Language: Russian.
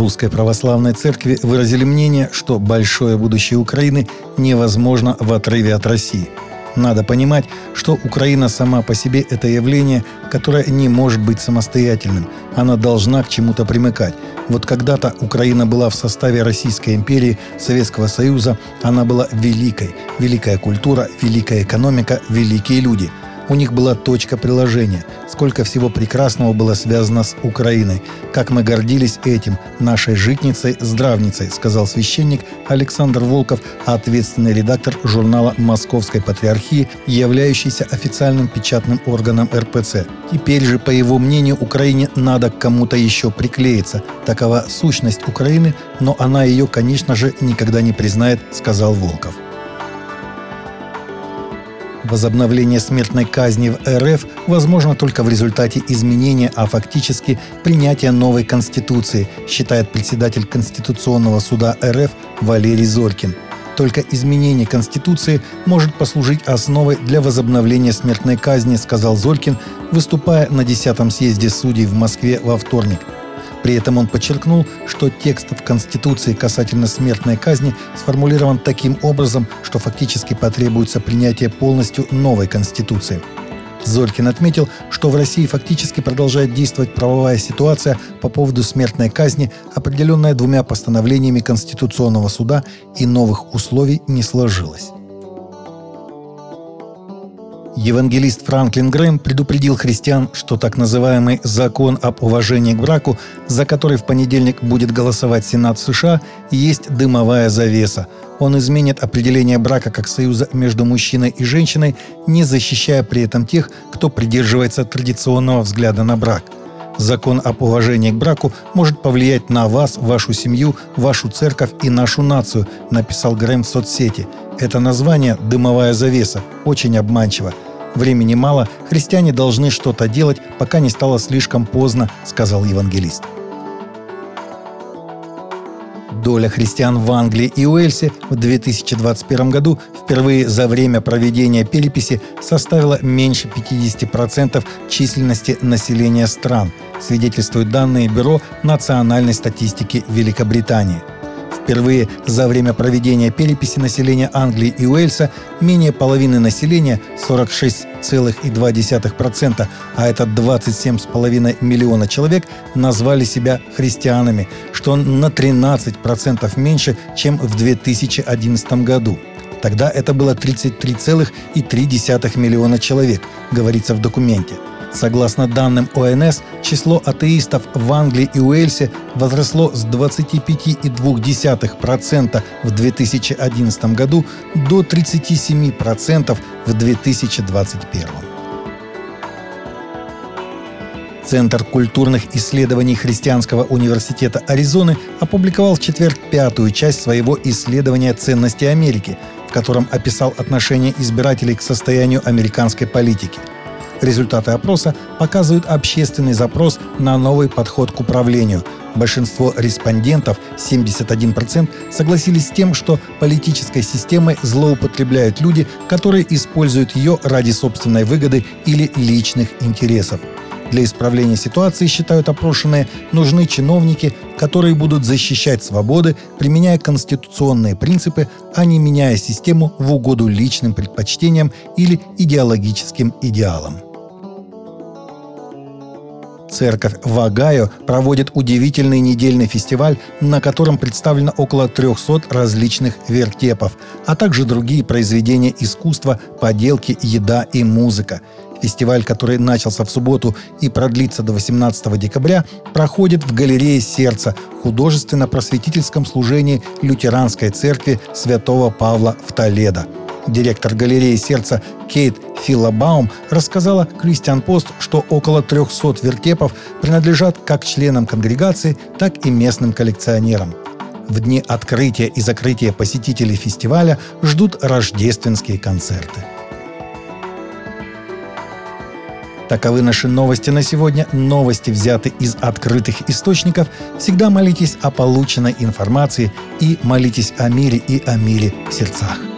Русской Православной Церкви выразили мнение, что большое будущее Украины невозможно в отрыве от России. Надо понимать, что Украина сама по себе – это явление, которое не может быть самостоятельным. Она должна к чему-то примыкать. Вот когда-то Украина была в составе Российской империи, Советского Союза. Она была великой. Великая культура, великая экономика, великие люди. У них была точка приложения. Сколько всего прекрасного было связано с Украиной. Как мы гордились этим, нашей житницей, здравницей, сказал священник Александр Волков, ответственный редактор журнала Московской Патриархии, являющийся официальным печатным органом РПЦ. Теперь же, по его мнению, Украине надо к кому-то еще приклеиться. Такова сущность Украины, но она ее, конечно же, никогда не признает, сказал Волков. Возобновление смертной казни в РФ возможно только в результате изменения, а фактически принятия новой Конституции, считает председатель Конституционного суда РФ Валерий Зорькин. Только изменение Конституции может послужить основой для возобновления смертной казни, сказал Зорькин, выступая на 10-м съезде судей в Москве во вторник. При этом он подчеркнул, что текст в Конституции касательно смертной казни сформулирован таким образом, что фактически потребуется принятие полностью новой Конституции. Зорькин отметил, что в России фактически продолжает действовать правовая ситуация по поводу смертной казни, определенная двумя постановлениями Конституционного суда, и новых условий не сложилось. Евангелист Франклин Грэм предупредил христиан, что так называемый «закон об уважении к браку», за который в понедельник будет голосовать Сенат США, есть дымовая завеса. Он изменит определение брака как союза между мужчиной и женщиной, не защищая при этом тех, кто придерживается традиционного взгляда на брак. Закон об уважении к браку может повлиять на вас, вашу семью, вашу церковь и нашу нацию, написал Грэм в соцсети. Это название «дымовая завеса» очень обманчиво. Времени мало, христиане должны что-то делать, пока не стало слишком поздно, сказал евангелист. Доля христиан в Англии и Уэльсе в 2021 году впервые за время проведения переписи составила меньше 50% численности населения стран, свидетельствуют данные Бюро национальной статистики Великобритании. Впервые за время проведения переписи населения Англии и Уэльса менее половины населения, 46,2%, а это 27,5 миллиона человек, назвали себя христианами, что на 13% меньше, чем в 2011 году. Тогда это было 33,3 миллиона человек, говорится в документе. Согласно данным ОНС, число атеистов в Англии и Уэльсе возросло с 25,2% в 2011 году до 37% в 2021. Центр культурных исследований Христианского университета Аризоны опубликовал в четверг 5-ю часть своего исследования «Ценности Америки», в котором описал отношение избирателей к состоянию американской политики. Результаты опроса показывают общественный запрос на новый подход к управлению. Большинство респондентов, 71%, согласились с тем, что политической системой злоупотребляют люди, которые используют ее ради собственной выгоды или личных интересов. Для исправления ситуации, считают опрошенные, нужны чиновники, которые будут защищать свободы, применяя конституционные принципы, а не меняя систему в угоду личным предпочтениям или идеологическим идеалам. Церковь в Огайо проводит удивительный недельный фестиваль, на котором представлено около 300 различных вертепов, а также другие произведения искусства, поделки, еда и музыка. Фестиваль, который начался в субботу и продлится до 18 декабря, проходит в галерее сердца, художественно-просветительском служении Лютеранской церкви Святого Павла в Толедо. Директор галереи сердца Кейт Филлабаум рассказала Christian Post, что около 300 вертепов принадлежат как членам конгрегации, так и местным коллекционерам. В дни открытия и закрытия посетителей фестиваля ждут рождественские концерты. Таковы наши новости на сегодня. Новости взяты из открытых источников. Всегда молитесь о полученной информации и молитесь о мире и о мире в сердцах.